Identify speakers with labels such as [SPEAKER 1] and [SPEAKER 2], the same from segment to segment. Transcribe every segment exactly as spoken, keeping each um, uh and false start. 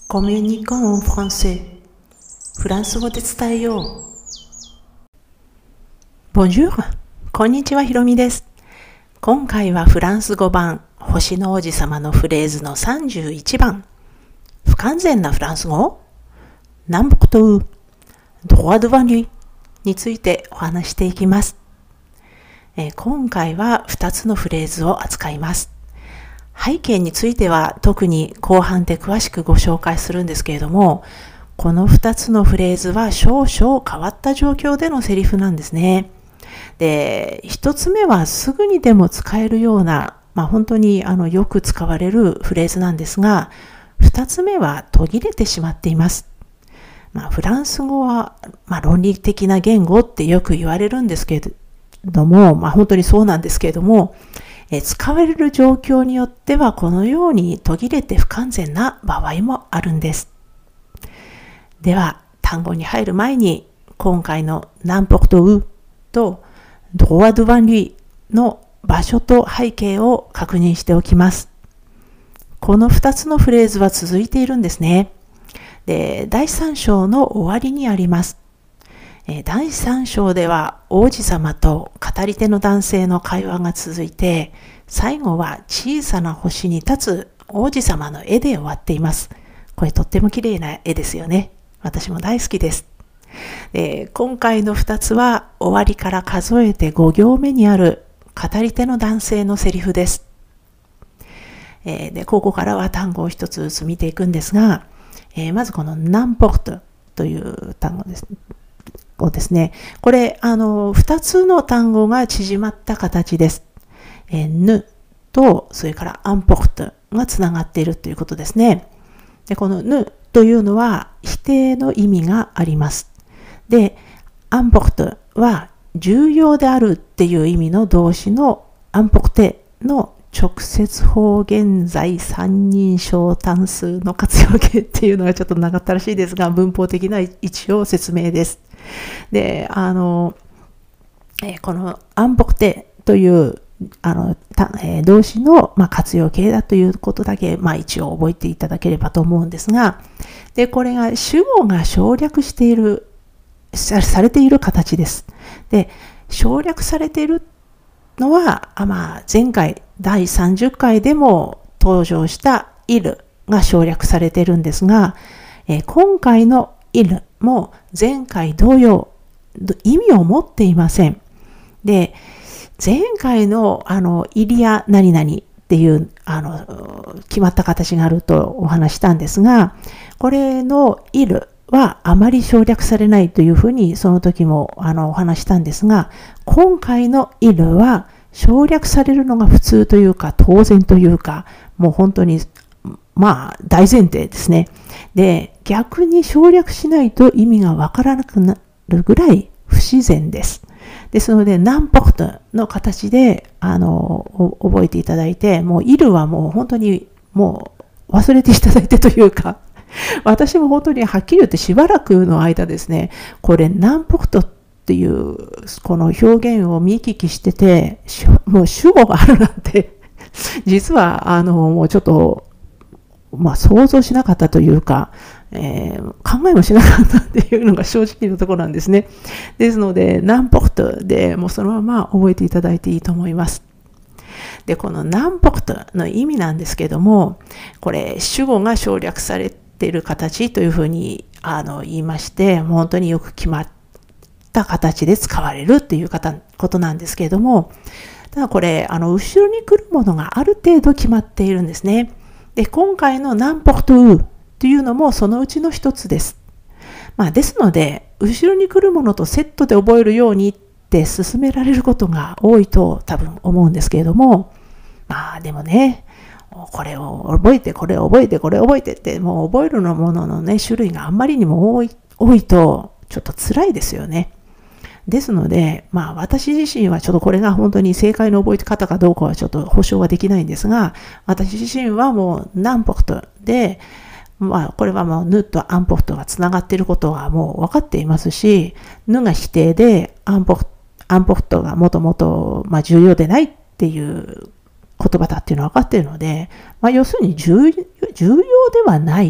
[SPEAKER 1] コミュニコンフランセフランス語で伝えよう。Bonjour、こんにちは、ひろみです。今回はフランス語版星の王子様のフレーズのさんじゅういちばん、不完全なフランス語N'importe où、droit devant luiについてお話していきます。えー、今回はふたつのフレーズを扱います。背景については特に後半で詳しくご紹介するんですけれども、このふたつのフレーズは少々変わった状況でのセリフなんですね。で、ひとつめはすぐにでも使えるような、まあ本当にあのよく使われるフレーズなんですが、ふたつめは途切れてしまっています。まあ、フランス語は、まあ、論理的な言語ってよく言われるんですけれども、まあ本当にそうなんですけれども、え使われる状況によってはこのように途切れて不完全な場合もあるんです。では単語に入る前に今回のN'importe oùとdroit devant luiの場所と背景を確認しておきます。このふたつのフレーズは続いているんですね。で、だいさん章の終わりにあります。だいさん章では王子様と語り手の男性の会話が続いて、最後は小さな星に立つ王子様の絵で終わっています。これとっても綺麗な絵ですよね。私も大好きです。で、今回のふたつは終わりから数えてご行目にある語り手の男性のセリフです。で、ここからは単語を一つずつ見ていくんですが、まずこのN'importeという単語です。をですね、これ、あの、二つの単語が縮まった形です。えー、ぬと、それからアンポクトがつながっているということですね。で、このぬというのは否定の意味があります。で、アンポクトは重要であるっていう意味の動詞のアンポクテの直接方言在三人称単数の活用形っていうのがちょっと長ったらしいですが、文法的な一応説明です。で、あの、えー、このアンポクテというあの、えー、動詞の、まあ、活用形だということだけ、まあ、一応覚えていただければと思うんですが、で、これが主語が省略している、さ、されている形です。で、省略されているのは、あまあ、前回だいさんじゅっかいでも登場したいるが省略されているんですが、えー、今回のいるも前回同様意味を持っていません。で、前回のあのイリア何々っていうあの決まった形があるとお話したんですが、これのいるはあまり省略されないというふうにその時もあのお話したんですが、今回のいるは省略されるのが普通というか当然というか、もう本当にまあ大前提ですね。で、逆に省略しないと意味がわからなくなるぐらい不自然です。ですので、N'importeの形であの覚えていただいて、もういるはもう本当にもう忘れていただいてというか、私も本当にはっきり言ってしばらくの間ですね、これN'importeっていうこの表現を見聞きしてて、もう主語があるなんて実はあのもうちょっとまあ想像しなかったというか、えー、考えもしなかったっていうのが正直なところなんですね。ですので、N'importeでもうそのまま覚えていただいていいと思います。で、このN'importeの意味なんですけども、これ主語が省略されている形というふうにあの言いまして、本当によく決まった形で使われるっていうことなんですけれども、ただこれあの後ろに来るものがある程度決まっているんですね。で、今回のN'importe oùというのもそのうちの一つです。まあ、ですので、後ろに来るものとセットで覚えるようにって勧められることが多いと多分思うんですけれども、まあでもね、これを覚えて、これを覚えて、これを覚えてって、もう覚えるのもののね、種類があんまりにも多い、多いとちょっと辛いですよね。ですので、まあ私自身はちょっとこれが本当に正解の覚え方かどうかはちょっと保証はできないんですが、私自身はもうN'importeで、まあこれはもうぬとアンポクトがつながっていることはもう分かっていますし、ぬが否定でアンポクト、アンポクトがもともとまあ重要でないっていう言葉だっていうのは分かっているので、まあ要するに重、重要ではない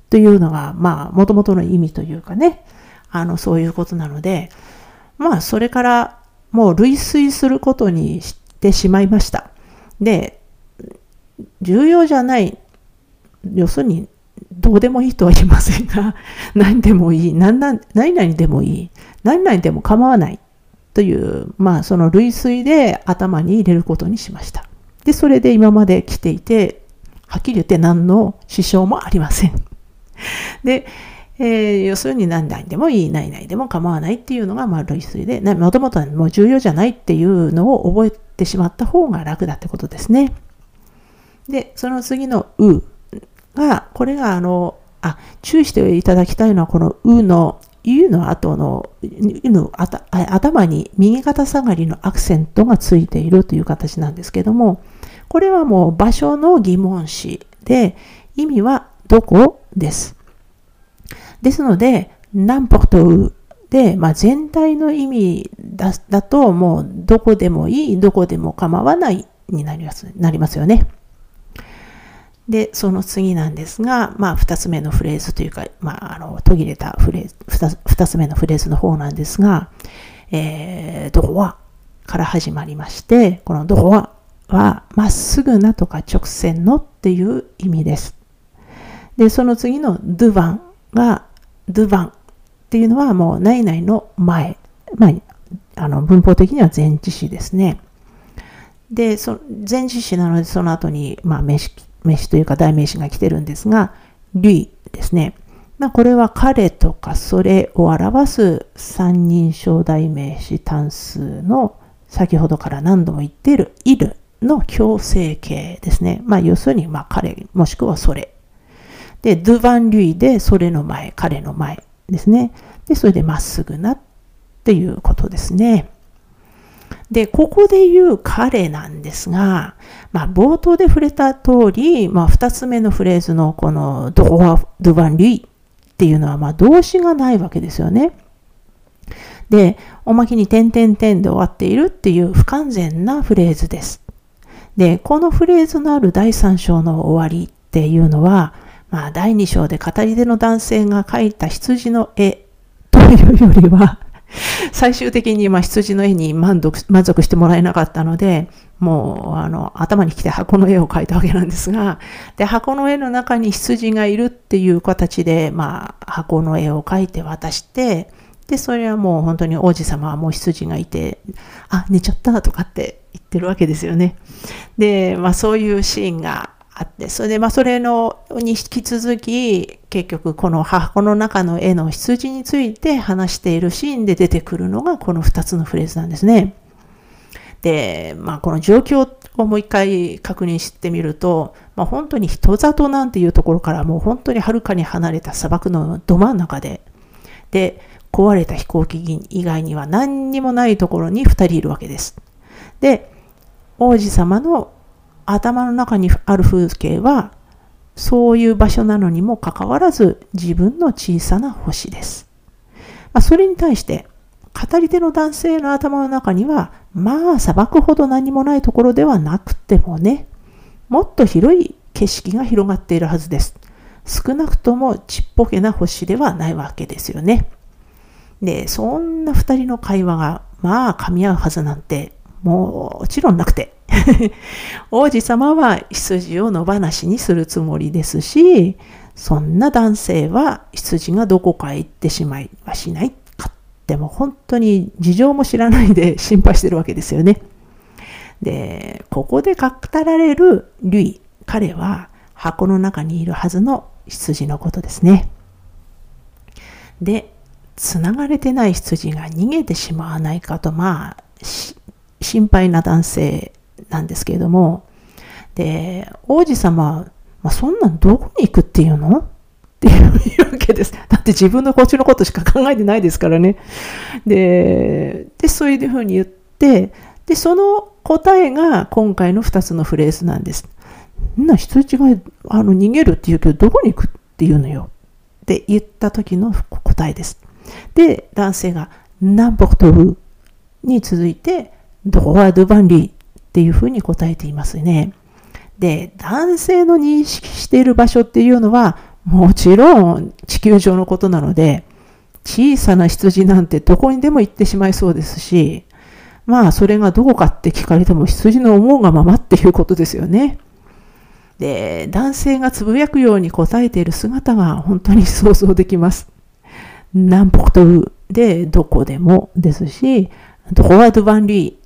[SPEAKER 1] というのが、まあ、もともとの意味というかね、あの、そういうことなので、まあ、それからもう類推することにしてしまいました。で、重要じゃない、要するに、どうでもいいとは言いませんが、何でもいい、何々、何々でもいい、何々でも構わないという、まあ、その類推で頭に入れることにしました。で、それで今まで来ていて、はっきり言って何の支障もありません。で、えー、要するに何々でもいい、何々でも構わないっていうのが、まあ、類推で、もともとはもう重要じゃないっていうのを覚えてしまった方が楽だってことですね。で、その次のうが、これがあの、あ、注意していただきたいのは、このうの、ゆの後の、うの頭に右肩下がりのアクセントがついているという形なんですけども、これはもう場所の疑問詞で、意味はどこです。ですので、n'importe oùで、まあ、全体の意味 だ, だと、もうどこでもいい、どこでも構わないになります、なりますよね。で、その次なんですが、まあ、二つ目のフレーズというか、まあ、あの、途切れたフレーズ、二つ、二つ目のフレーズの方なんですが、えー、ドロワから始まりまして、このドロワは、まっすぐなとか直線のっていう意味です。で、その次のドゥバンが、ドゥバンっていうのはもう、内々の前。まあ、あの、文法的には前置詞ですね。で、そ前置詞なので、その後に、まあ、名詞、名詞というか代名詞が来てるんですが、luiですね。まあ、これは彼とかそれを表す三人称代名詞単数の先ほどから何度も言っているいるの強制形ですね。まあ、要するに、まあ、彼もしくはそれ。で、devant luiでそれの前、彼の前ですね。で、それでまっすぐなっていうことですね。で、ここで言う彼なんですが、まあ、冒頭で触れた通り、まあ、二つ目のフレーズのこのドロドバンリーっていうのは、まあ、動詞がないわけですよね。で、おまけに点々点で終わっているっていう不完全なフレーズです。で、このフレーズのあるだいさん章の終わりっていうのは、まあ、だいに章で語り手の男性が描いた羊の絵というよりは、最終的にまあ羊の絵に満足、満足してもらえなかったので、もうあの頭に来て箱の絵を描いたわけなんですが、で箱の絵の中に羊がいるっていう形で、まあ、箱の絵を描いて渡して、でそれはもう本当に王子様はもう羊がいて、あ、寝ちゃったとかって言ってるわけですよね。で、まあ、そういうシーンがあって、それでまあそれのに引き続き結局この箱の中の絵の羊について話しているシーンで出てくるのがこのふたつのフレーズなんですね。で、まあこの状況をもう一回確認してみると、まあ、本当に人里なんていうところからもう本当にはるかに離れた砂漠のど真ん中で、で壊れた飛行機以外には何にもないところにふたりいるわけです。で、王子様の頭の中にある風景はそういう場所なのにもかかわらず自分の小さな星です。まあ、それに対して語り手の男性の頭の中にはまあ砂漠ほど何もないところではなくてもね、もっと広い景色が広がっているはずです。少なくともちっぽけな星ではないわけですよね。で、そんな二人の会話がまあ噛み合うはずなんてもちろんなくて王子様は羊を野放しにするつもりですし、そんな男性は羊がどこかへ行ってしまいはしないかっても本当に事情も知らないで心配してるわけですよね。で、ここで語られるルイ、彼は箱の中にいるはずの羊のことですね。で、繋がれてない羊が逃げてしまわないかと、まあ心配な男性なんですけれども、で、王子様は、まあ、そんなんどこに行くっていうのっていうわけです。だって自分のこっちのことしか考えてないですからね。で、でそういうふうに言って、で、その答えが今回のふたつのフレーズなんです。んな羊があの逃げるって言うけど、どこに行くっていうのよって言った時の答えです。で、男性がn'importe oùに続いて、droit devant luiっていうふうに答えていますね。で、男性の認識している場所っていうのは、 もちろん地球上のことなので、小さな羊なんてどこにでも行ってしまいそうですし、まあそれがどこかって聞かれても羊の思うがままっていうことですよね。で、男性がつぶやくように答えている姿が本当に想像できます。南北東でどこでもですし、ドロワ・ドゥ・ヴァン・リーって、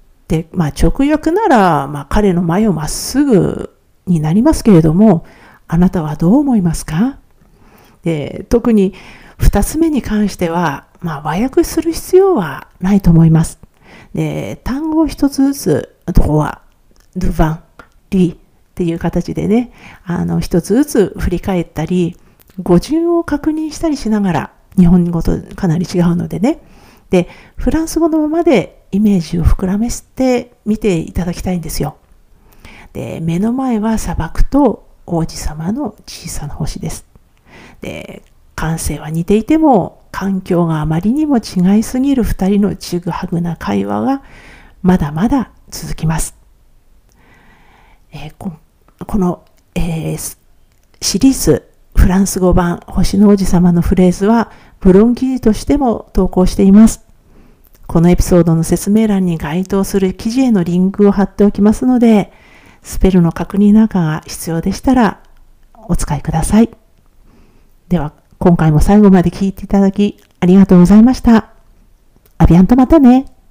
[SPEAKER 1] まあ直訳なら、まあ彼の前をまっすぐになりますけれども、あなたはどう思いますか？で、特に二つ目に関しては、まあ和訳する必要はないと思います。で、単語を一つずつ、ドロワ、ドゥ・ヴァン、リーっていう形でね、あの一つずつ振り返ったり、語順を確認したりしながら、日本語とかなり違うのでね。で、フランス語のままでイメージを膨らめせて見ていただきたいんですよ。で、目の前は砂漠と王子様の小さな星です。で、感性は似ていても、環境があまりにも違いすぎる二人のちぐはぐな会話がまだまだ続きます。えー、こ, この、えー、シリーズフランス語版星の王子様のフレーズはブログ記事としても投稿しています。このエピソードの説明欄に該当する記事へのリンクを貼っておきますので、スペルの確認なんかが必要でしたらお使いください。では今回も最後まで聞いていただきありがとうございました。アビアンとまたね。